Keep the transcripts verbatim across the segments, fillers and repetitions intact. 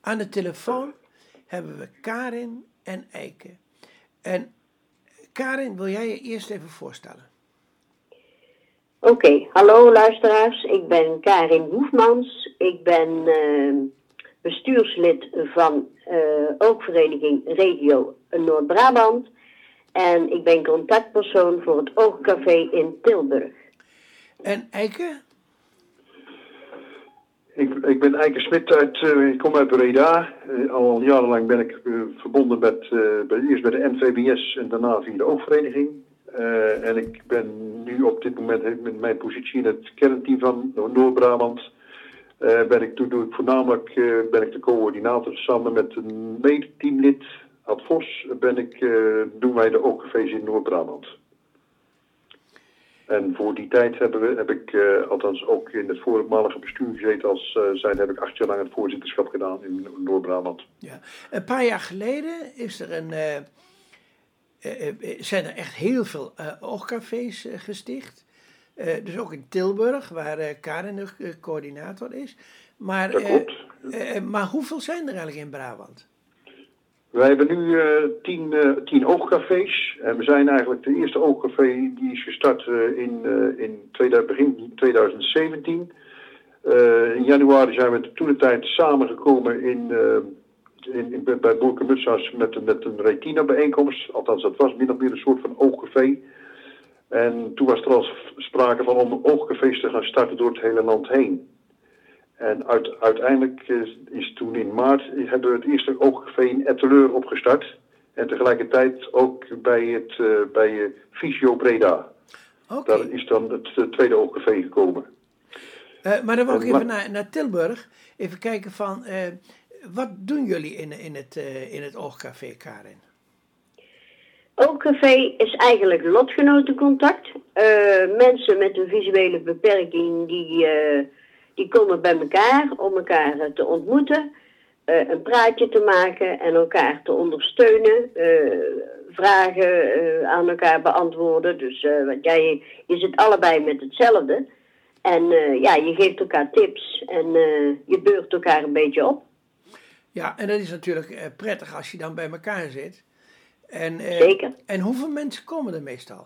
Aan de telefoon hebben we Karin en Eike. En Karin, wil jij je eerst even voorstellen? Oké, okay, hallo luisteraars. Ik ben Karin Hoefmans. Ik ben uh, bestuurslid van uh, Oogvereniging Regio Noord-Brabant. En ik ben contactpersoon voor het Oogcafé in Tilburg. En Eike? Ik, ik ben Eike Smit, uit, uh, ik kom uit Breda. Uh, al jarenlang ben ik uh, verbonden met, uh, bij, eerst bij de N V B S en daarna via de Oogvereniging. Uh, en ik ben nu op dit moment met mijn positie in het kernteam van Noord-Brabant. Uh, ben ik, doe ik voornamelijk uh, ben ik de coördinator samen met een mede-teamlid, Ad Vos, ben ik, uh, doen wij de Oogcafés in Noord-Brabant. En voor die tijd hebben we, heb ik, uh, althans ook in het voormalige bestuur gezeten als uh, zijn, heb ik acht jaar lang het voorzitterschap gedaan in Noord-Brabant. Ja. Een paar jaar geleden is er een, uh, uh, uh, zijn er echt heel veel uh, oogcafés uh, gesticht. Uh, dus ook in Tilburg, waar uh, Karin de uh, coördinator is. Maar, Dat klopt. Uh, uh, maar hoeveel zijn er eigenlijk in Brabant? Wij hebben nu uh, tien, uh, tien oogcafés. En we zijn eigenlijk de eerste oogcafé die is gestart uh, in, uh, in tweeduizend, begin tweeduizend zeventien. Uh, in januari zijn we toen de tijd samengekomen in, uh, in, in, bij Boerke Mutshuis met, met een retina bijeenkomst. Althans, dat was min of meer een soort van oogcafé. En toen was er al sprake van om oogcafés te gaan starten door het hele land heen. En uit, uiteindelijk is, is toen in maart hebben we het eerste oogcafé in Etteleur opgestart. En tegelijkertijd ook bij het uh, bij uh, Visio Breda. Okay. Daar is dan het uh, tweede oogcafé gekomen. Uh, maar dan wil ik even naar, naar Tilburg. Even kijken van, uh, wat doen jullie in, in, het, uh, in het oogcafé, Karin? Oogcafé is eigenlijk lotgenotencontact. Uh, mensen met een visuele beperking die... Uh, Die komen bij elkaar om elkaar te ontmoeten, uh, een praatje te maken en elkaar te ondersteunen, uh, vragen uh, aan elkaar beantwoorden. Dus uh, want jij, je zit allebei met hetzelfde en uh, ja, je geeft elkaar tips en uh, je beurt elkaar een beetje op. Ja, en dat is natuurlijk uh, prettig als je dan bij elkaar zit. En, uh, Zeker. En hoeveel mensen komen er meestal?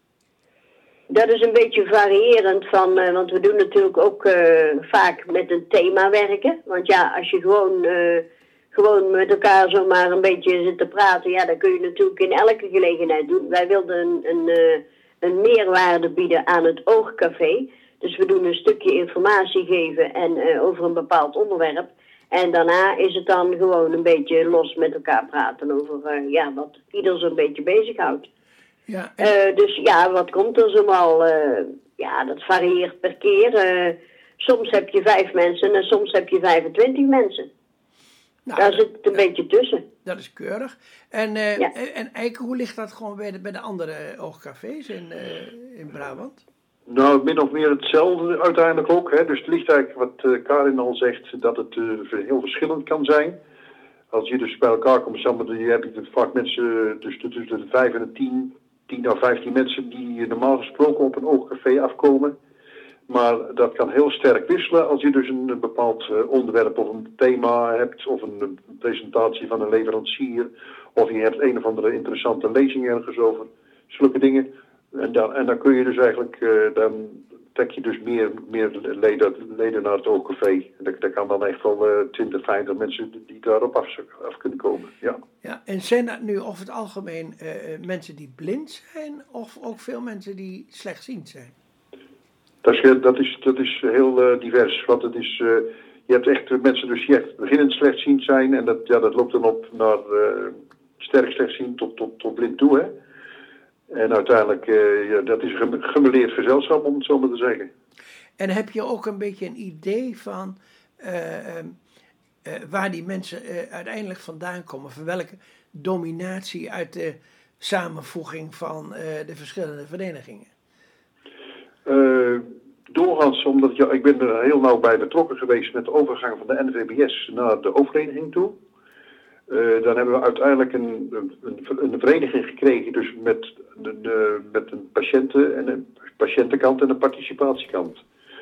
Dat is een beetje variërend van, uh, want we doen natuurlijk ook uh, vaak met een thema werken. Want ja, als je gewoon, uh, gewoon met elkaar zomaar een beetje zit te praten, ja, dan kun je natuurlijk in elke gelegenheid doen. Wij wilden een, een, uh, een meerwaarde bieden aan het oogcafé. Dus we doen een stukje informatie geven en uh, over een bepaald onderwerp. En daarna is het dan gewoon een beetje los met elkaar praten over uh, ja, wat ieder zo'n beetje bezighoudt. Ja, en... uh, dus ja, wat komt er zomaal? Uh, ja, dat varieert per keer. Uh, soms heb je vijf mensen en soms heb je vijfentwintig mensen. Nou, Daar zit het een dat, beetje tussen. Dat is keurig. En, uh, ja. en Eike, hoe ligt dat gewoon bij de, bij de andere oogcafés in, uh, in Brabant? Nou, min of meer hetzelfde uiteindelijk ook. Hè. Dus het ligt eigenlijk wat uh, Karin al zegt, dat het uh, heel verschillend kan zijn. Als je dus bij elkaar komt, dan heb je vaak mensen dus tussen de vijf en de tien... tien à vijftien mensen die normaal gesproken op een oogcafé afkomen. Maar dat kan heel sterk wisselen als je dus een bepaald onderwerp of een thema hebt, of een presentatie van een leverancier, of je hebt een of andere interessante lezing ergens over, zulke dingen. En dan, en dan kun je dus eigenlijk, uh, dan trek je dus meer, meer leden, leden naar het oogcafé. En daar kan dan echt wel uh, twintig, vijftig mensen die daarop af, af kunnen komen, ja. Ja, en zijn dat nu over het algemeen uh, mensen die blind zijn, of ook veel mensen die slechtziend zijn? Dat is, dat is, dat is heel uh, divers, want het is, uh, je hebt echt mensen dus die echt beginnend slechtziend zijn en dat, ja, dat loopt dan op naar uh, sterk slechtziend tot, tot, tot blind toe, hè. En uiteindelijk, uh, ja, dat is een gemêleerd gezelschap, om het zo maar te zeggen. En heb je ook een beetje een idee van uh, uh, waar die mensen uh, uiteindelijk vandaan komen? Van welke dominatie uit de samenvoeging van uh, de verschillende verenigingen? Uh, doorgaans, omdat ja, ik ben er heel nauw bij betrokken geweest met de overgang van de N V B S naar de oogvereniging toe. Uh, dan hebben we uiteindelijk een, een, een vereniging gekregen, dus met, de, de, met een patiënten en een patiëntenkant en een participatiekant.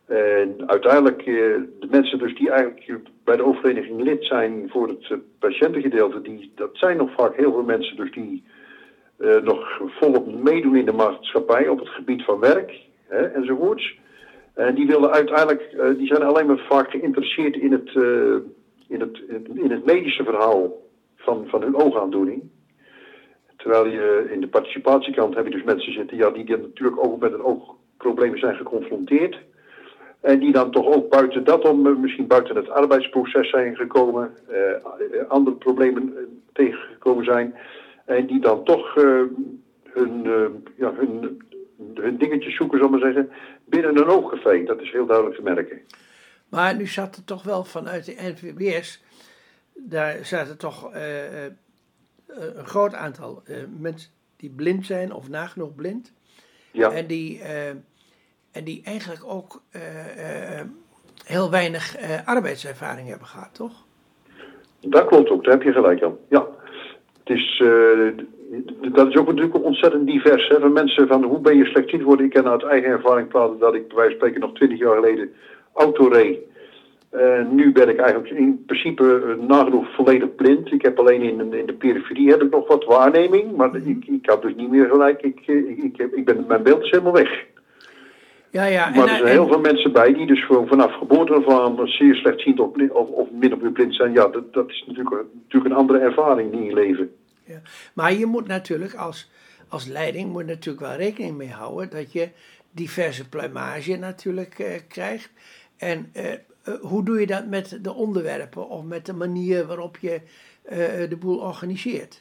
En uiteindelijk, uh, de mensen dus die eigenlijk bij de oogvereniging lid zijn voor het uh, patiëntengedeelte, die, dat zijn nog vaak heel veel mensen dus die uh, nog volop meedoen in de maatschappij op het gebied van werk, hè, enzovoorts. En die willen uiteindelijk, uh, die zijn alleen maar vaak geïnteresseerd in het, uh, in het, in het medische verhaal van, van hun oogaandoening. Terwijl je in de participatiekant heb je dus mensen zitten, ja, die natuurlijk ook met een oogprobleem zijn geconfronteerd. En die dan toch ook buiten dat om, misschien buiten het arbeidsproces zijn gekomen, uh, andere problemen uh, tegengekomen zijn. En die dan toch uh, hun, uh, ja, hun, hun dingetjes zoeken, zal ik maar zeggen, binnen een ooggeveen. Dat is heel duidelijk te merken. Maar nu zat er toch wel vanuit de N V B S, daar zaten toch uh, uh, een groot aantal uh, mensen die blind zijn of nagenoeg blind. Ja. En die... Uh, En die eigenlijk ook uh, uh, heel weinig uh, arbeidservaring hebben gehad, toch? Dat klopt ook, daar heb je gelijk aan. Ja, het is, uh, dat is ook natuurlijk ontzettend divers. Hè, van mensen van hoe ben je slechtziend geworden. Ik kan uit eigen ervaring praten dat ik bij wijze van spreken nog twintig jaar geleden auto reed. Uh, nu ben ik eigenlijk in principe uh, nagenoeg volledig blind. Ik heb alleen in, in de periferie heb ik nog wat waarneming. Maar mm-hmm. ik, ik had dus niet meer gelijk. Ik, ik, ik, heb, ik ben, mijn beeld is helemaal weg. Ja, ja. Maar en, er zijn en, heel veel mensen bij die dus gewoon vanaf geboorte af aan zeer slechtziend of, of, of min of meer blind zijn. Ja, dat, dat is natuurlijk, natuurlijk een andere ervaring in je leven. Ja. Maar je moet natuurlijk als, als leiding moet natuurlijk wel rekening mee houden dat je diverse pluimage natuurlijk uh, krijgt. En uh, uh, hoe doe je dat met de onderwerpen of met de manier waarop je uh, de boel organiseert?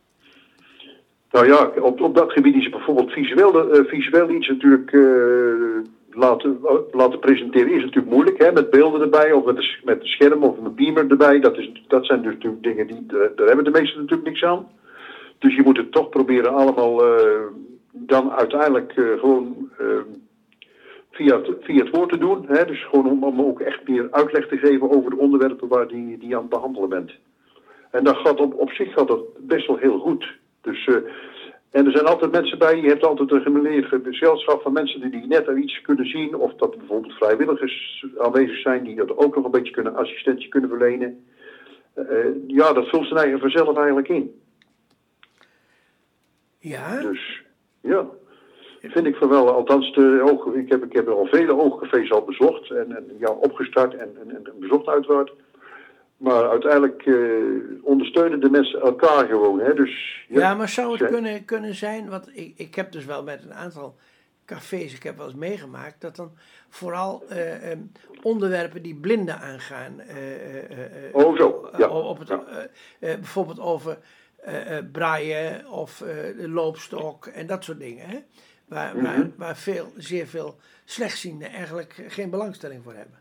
Nou ja, op, op dat gebied is het bijvoorbeeld visueel, uh, visueel iets natuurlijk uh, laten, uh, laten presenteren is natuurlijk moeilijk, hè, met beelden erbij of met een, met een scherm of een beamer erbij. Dat, is, dat zijn dus natuurlijk dingen die, uh, daar hebben de meesten natuurlijk niks aan. Dus je moet het toch proberen allemaal uh, dan uiteindelijk uh, gewoon uh, via, het, via het woord te doen. Hè, dus gewoon om, om ook echt meer uitleg te geven over de onderwerpen waar die, die je aan het behandelen bent. En dat gaat op, op zich gaat dat best wel heel goed. Dus, uh, en er zijn altijd mensen bij, je hebt altijd een gemêleerd gezelschap van mensen die, die net iets kunnen zien. Of dat bijvoorbeeld vrijwilligers aanwezig zijn die dat ook nog een beetje kunnen, assistentie kunnen verlenen. Uh, ja, dat vult zijn eigen vanzelf eigenlijk in. Ja? Dus, ja. Vind ik van wel, althans, de oog, ik, heb, ik heb al vele oogcafés al bezocht en, en ja, opgestart en, en, en bezocht uiteraard. Maar uiteindelijk uh, ondersteunen de mensen elkaar gewoon. Hè? Dus, ja, ja, maar zou het zijn... kunnen, kunnen zijn, want ik, ik heb dus wel met een aantal cafés, ik heb wel eens meegemaakt, dat dan vooral uh, um, onderwerpen die blinden aangaan. Uh, uh, uh, oh zo, ja. Op het, ja. uh, uh, bijvoorbeeld over uh, uh, braaien of uh, de loopstok en dat soort dingen. Hè? Waar, mm-hmm. waar, waar veel, zeer veel slechtzienden eigenlijk geen belangstelling voor hebben.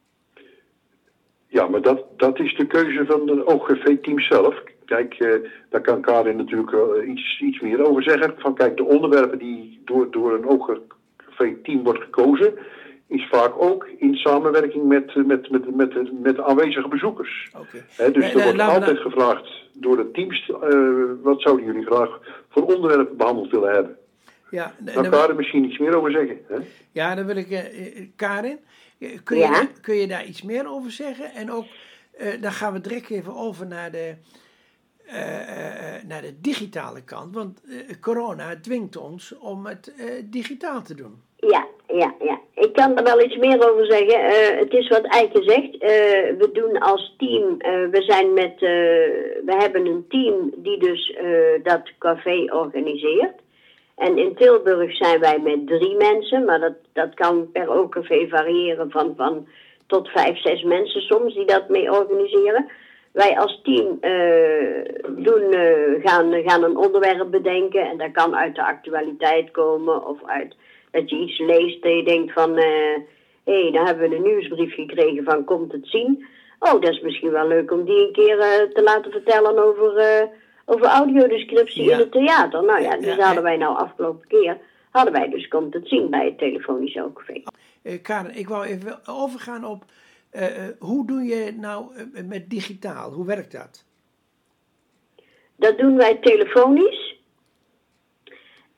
Ja, maar dat, dat is de keuze van de O G V-team zelf. Kijk, uh, daar kan Karin natuurlijk uh, iets, iets meer over zeggen. Van kijk, de onderwerpen die door, door een O G V-team wordt gekozen, is vaak ook in samenwerking met, met, met, met, met de aanwezige bezoekers. Okay. He, dus nee, er wordt nee, altijd nou... gevraagd door de teams, uh, wat zouden jullie graag voor onderwerpen behandeld willen hebben? Ja, daar kan Karin misschien iets meer over zeggen. Hè? Ja, dan wil ik, uh, Karin, kun je, ja? kun je daar iets meer over zeggen? En ook, uh, dan gaan we direct even over naar de, uh, uh, naar de digitale kant. Want uh, corona dwingt ons om het uh, digitaal te doen. Ja, ja, ja. Ik kan er wel iets meer over zeggen. Uh, het is wat Eike zegt. Uh, we doen als team, uh, we zijn met, uh, we hebben een team die dus uh, dat café organiseert. En in Tilburg zijn wij met drie mensen, maar dat, dat kan per O K V variëren van, van tot vijf, zes mensen soms die dat mee organiseren. Wij als team uh, doen, uh, gaan, gaan een onderwerp bedenken en dat kan uit de actualiteit komen of uit dat je iets leest en je denkt van, hé, uh, hey, dan hebben we een nieuwsbrief gekregen van komt het zien. Oh, dat is misschien wel leuk om die een keer uh, te laten vertellen over... Uh, Over audiodescriptie ja. in het theater. Nou ja, dus ja, hadden wij nou afgelopen keer, hadden wij dus komt het zien bij het telefonisch O K V. Uh, Karin, ik wou even overgaan op, uh, uh, hoe doe je nou uh, met digitaal? Hoe werkt dat? Dat doen wij telefonisch.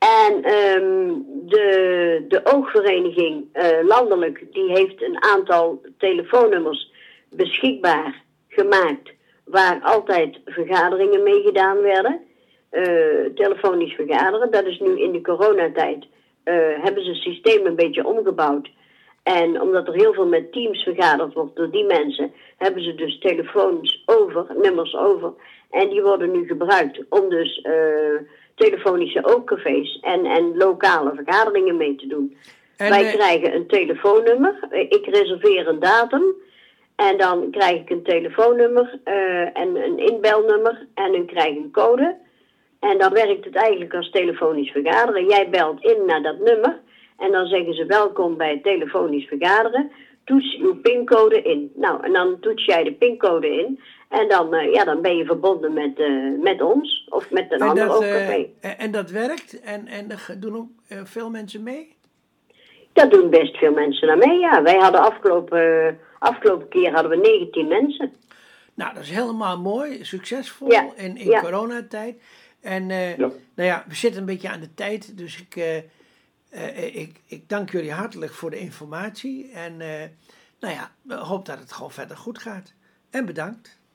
En um, de, de oogvereniging uh, landelijk, die heeft een aantal telefoonnummers beschikbaar gemaakt, waar altijd vergaderingen mee gedaan werden. Uh, telefonisch vergaderen. Dat is nu in de coronatijd, uh, hebben ze het systeem een beetje omgebouwd. En omdat er heel veel met Teams vergaderd wordt door die mensen, hebben ze dus telefoons over, nummers over. En die worden nu gebruikt om dus uh, telefonische oogcafés en, en lokale vergaderingen mee te doen. En, Wij uh... krijgen een telefoonnummer. Ik reserveer een datum. En dan krijg ik een telefoonnummer uh, en een inbelnummer. En dan krijg ik een code. En dan werkt het eigenlijk als telefonisch vergaderen. Jij belt in naar dat nummer. En dan zeggen ze welkom bij het telefonisch vergaderen. Toets uw pincode in. Nou, en dan toets jij de pincode in. En dan, uh, ja, dan ben je verbonden met, uh, met ons. Of met een en ander dat, oogcafé. Uh, en dat werkt? En, en er doen ook uh, veel mensen mee? Dat doen best veel mensen aan mee, ja. Wij hadden afgelopen, uh, afgelopen keer hadden we negentien mensen. Nou, dat is helemaal mooi. Succesvol ja. in, in ja. coronatijd. En uh, ja. nou ja, we zitten een beetje aan de tijd. Dus ik, uh, uh, ik, ik dank jullie hartelijk voor de informatie. En uh, nou ja, ik hoop dat het gewoon verder goed gaat. En bedankt.